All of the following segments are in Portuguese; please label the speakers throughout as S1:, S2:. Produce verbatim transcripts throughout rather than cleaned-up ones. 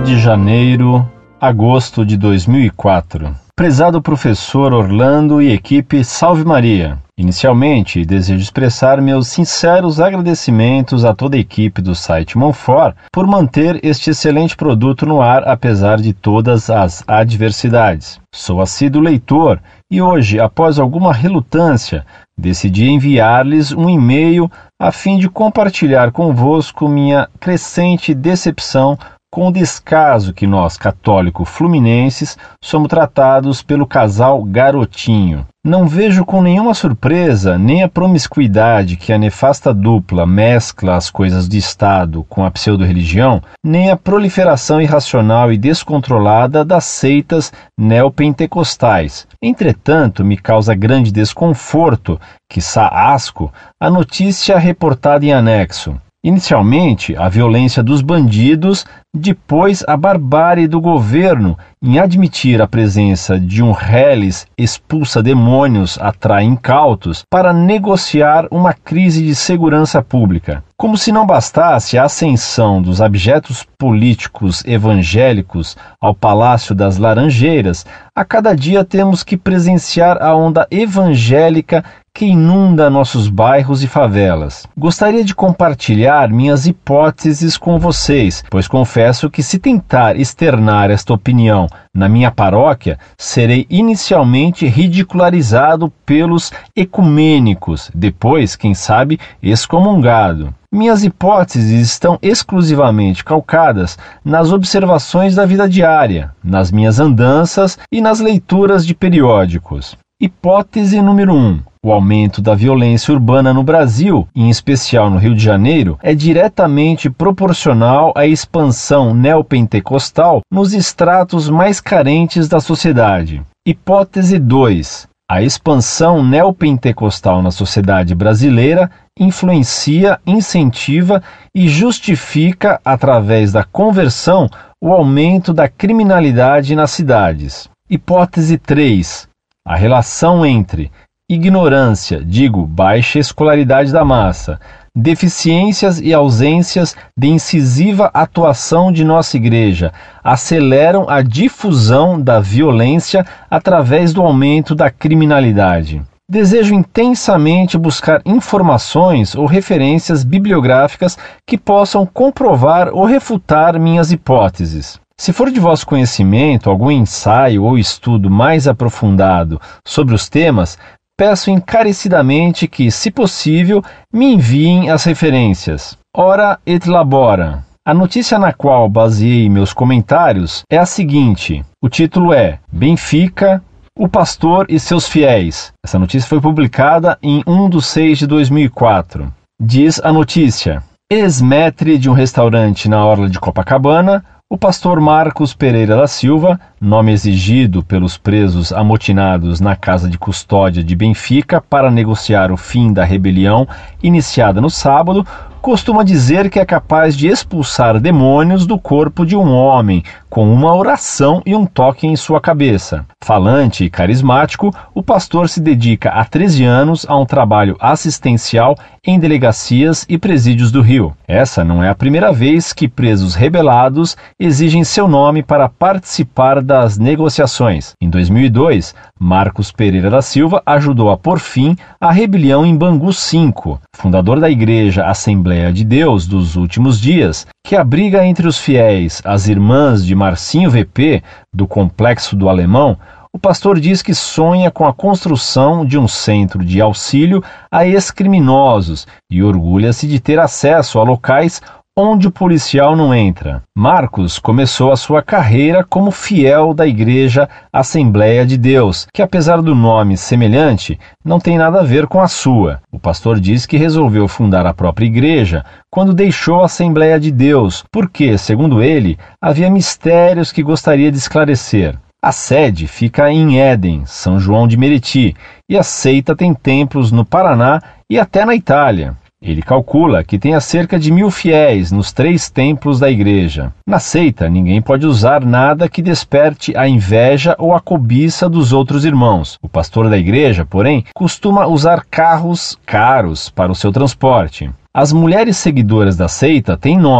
S1: de janeiro, agosto de dois mil e quatro. Prezado professor Orlando e equipe Salve Maria. Inicialmente, desejo expressar meus sinceros agradecimentos a toda a equipe do site Monfort por manter este excelente produto no ar apesar de todas as adversidades. Sou assíduo leitor e hoje, após alguma relutância, decidi enviar-lhes um e-mail a fim de compartilhar convosco minha crescente decepção com o descaso que nós, católicos fluminenses, somos tratados pelo casal Garotinho. Não vejo com nenhuma surpresa nem a promiscuidade que a nefasta dupla mescla as coisas de Estado com a pseudo-religião, nem a proliferação irracional e descontrolada das seitas neopentecostais. Entretanto, me causa grande desconforto, quiçá asco, a notícia reportada em anexo. Inicialmente, a violência dos bandidos, depois a barbárie do governo em admitir a presença de um reles expulsa-demônios atrai incautos para negociar uma crise de segurança pública. Como se não bastasse a ascensão dos abjetos políticos evangélicos ao Palácio das Laranjeiras, a cada dia temos que presenciar a onda evangélica que inunda nossos bairros e favelas. Gostaria de compartilhar minhas hipóteses com vocês, pois confesso que se tentar externar esta opinião na minha paróquia, serei inicialmente ridicularizado pelos ecumênicos, depois, quem sabe, excomungado. Minhas hipóteses estão exclusivamente calcadas nas observações da vida diária, nas minhas andanças e nas leituras de periódicos. Hipótese número um. O aumento da violência urbana no Brasil, em especial no Rio de Janeiro, é diretamente proporcional à expansão neopentecostal nos estratos mais carentes da sociedade. Hipótese dois. A expansão neopentecostal na sociedade brasileira influencia, incentiva e justifica, através da conversão, o aumento da criminalidade nas cidades. Hipótese três. A relação entre ignorância, digo, baixa escolaridade da massa, deficiências e ausências de incisiva atuação de nossa Igreja aceleram a difusão da violência através do aumento da criminalidade. Desejo intensamente buscar informações ou referências bibliográficas que possam comprovar ou refutar minhas hipóteses. Se for de vosso conhecimento algum ensaio ou estudo mais aprofundado sobre os temas, peço encarecidamente que, se possível, me enviem as referências. Ora et labora. A notícia na qual baseei meus comentários é a seguinte. O título é Benfica, o pastor e seus fiéis. Essa notícia foi publicada em primeiro de seis de dois mil e quatro. Diz a notícia: ex-maître de um restaurante na orla de Copacabana, o pastor Marcos Pereira da Silva, nome exigido pelos presos amotinados na casa de custódia de Benfica para negociar o fim da rebelião iniciada no sábado, costuma dizer que é capaz de expulsar demônios do corpo de um homem com uma oração e um toque em sua cabeça. Falante e carismático, o pastor se dedica há treze anos a um trabalho assistencial em delegacias e presídios do Rio. Essa não é a primeira vez que presos rebelados exigem seu nome para participar das negociações. Em dois mil e dois, Marcos Pereira da Silva ajudou a pôr fim à rebelião em Bangu cinco, fundador da Igreja Assembleia de Deus dos Últimos Dias, que abriga entre os fiéis as irmãs de Marcinho V P, do Complexo do Alemão. O pastor diz que sonha com a construção de um centro de auxílio a ex-criminosos e orgulha-se de ter acesso a locais onde o policial não entra. Marcos começou a sua carreira como fiel da Igreja Assembleia de Deus, que apesar do nome semelhante, não tem nada a ver com a sua. O pastor diz que resolveu fundar a própria igreja quando deixou a Assembleia de Deus, porque, segundo ele, havia mistérios que gostaria de esclarecer. A sede fica em Éden, São João de Meriti, e a seita tem templos no Paraná e até na Itália. Ele calcula que tenha cerca de mil fiéis nos três templos da igreja. Na seita, ninguém pode usar nada que desperte a inveja ou a cobiça dos outros irmãos. O pastor da igreja, porém, costuma usar carros caros para o seu transporte. As mulheres seguidoras da seita têm nome,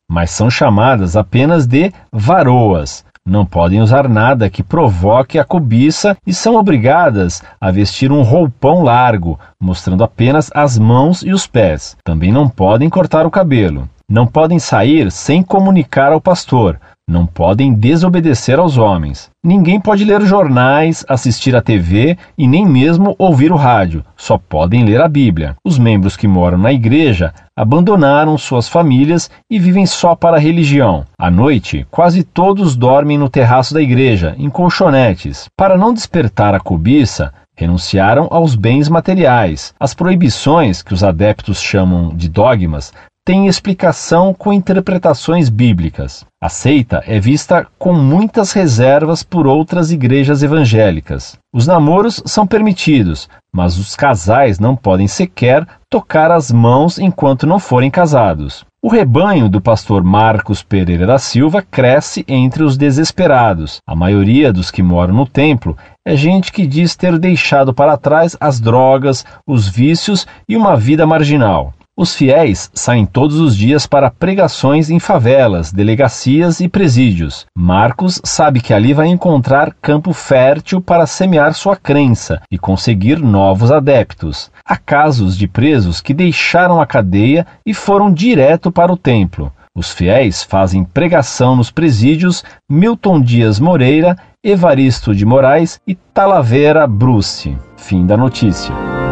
S1: mas são chamadas apenas de varoas. Não podem usar nada que provoque a cobiça e são obrigadas a vestir um roupão largo, mostrando apenas as mãos e os pés. Também não podem cortar o cabelo. Não podem sair sem comunicar ao pastor. Não podem desobedecer aos homens. Ninguém pode ler jornais, assistir à T V e nem mesmo ouvir o rádio. Só podem ler a Bíblia. Os membros que moram na igreja abandonaram suas famílias e vivem só para a religião. À noite, quase todos dormem no terraço da igreja, em colchonetes. Para não despertar a cobiça, renunciaram aos bens materiais. As proibições, que os adeptos chamam de dogmas, tem explicação com interpretações bíblicas. A seita é vista com muitas reservas por outras igrejas evangélicas. Os namoros são permitidos, mas os casais não podem sequer tocar as mãos enquanto não forem casados. O rebanho do pastor Marcos Pereira da Silva cresce entre os desesperados. A maioria dos que moram no templo é gente que diz ter deixado para trás as drogas, os vícios e uma vida marginal. Os fiéis saem todos os dias para pregações em favelas, delegacias e presídios. Marcos sabe que ali vai encontrar campo fértil para semear sua crença e conseguir novos adeptos. Há casos de presos que deixaram a cadeia e foram direto para o templo. Os fiéis fazem pregação nos presídios Milton Dias Moreira, Evaristo de Moraes e Talavera Bruce. Fim da notícia.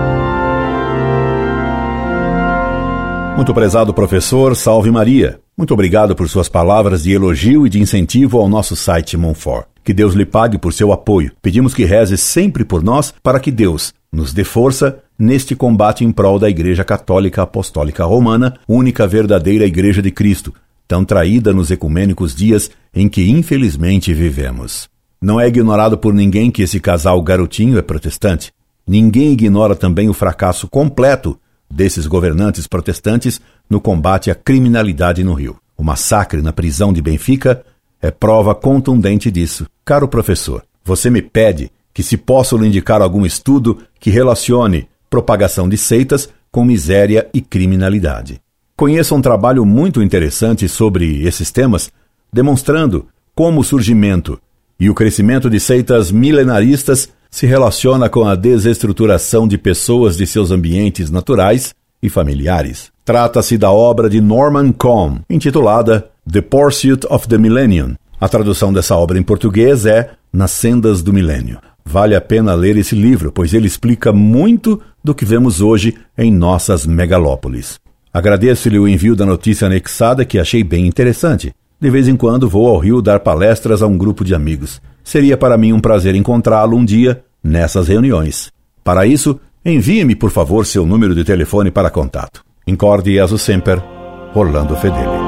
S2: Muito prezado professor, salve Maria. Muito obrigado por suas palavras de elogio e de incentivo ao nosso site Monfort. Que Deus lhe pague por seu apoio. Pedimos que reze sempre por nós para que Deus nos dê força neste combate em prol da Igreja Católica Apostólica Romana, única verdadeira Igreja de Cristo, tão traída nos ecumênicos dias em que infelizmente vivemos. Não é ignorado por ninguém que esse casal garotinho é protestante. Ninguém ignora também o fracasso completo desses governantes protestantes no combate à criminalidade no Rio. O massacre na prisão de Benfica é prova contundente disso. Caro professor, você me pede que se posso lhe indicar algum estudo que relacione propagação de seitas com miséria e criminalidade. Conheço um trabalho muito interessante sobre esses temas, demonstrando como o surgimento e o crescimento de seitas milenaristas se relaciona com a desestruturação de pessoas de seus ambientes naturais e familiares. Trata-se da obra de Norman Cohn, intitulada The Pursuit of the Millennium. A tradução dessa obra em português é Nas Sendas do Milênio. Vale a pena ler esse livro, pois ele explica muito do que vemos hoje em nossas megalópolis. Agradeço-lhe o envio da notícia anexada, que achei bem interessante. De vez em quando vou ao Rio dar palestras a um grupo de amigos. Seria para mim um prazer encontrá-lo um dia nessas reuniões. Para isso, envie-me, por favor, seu número de telefone para contato. Incorde Jesus Semper, Orlando Fedeli.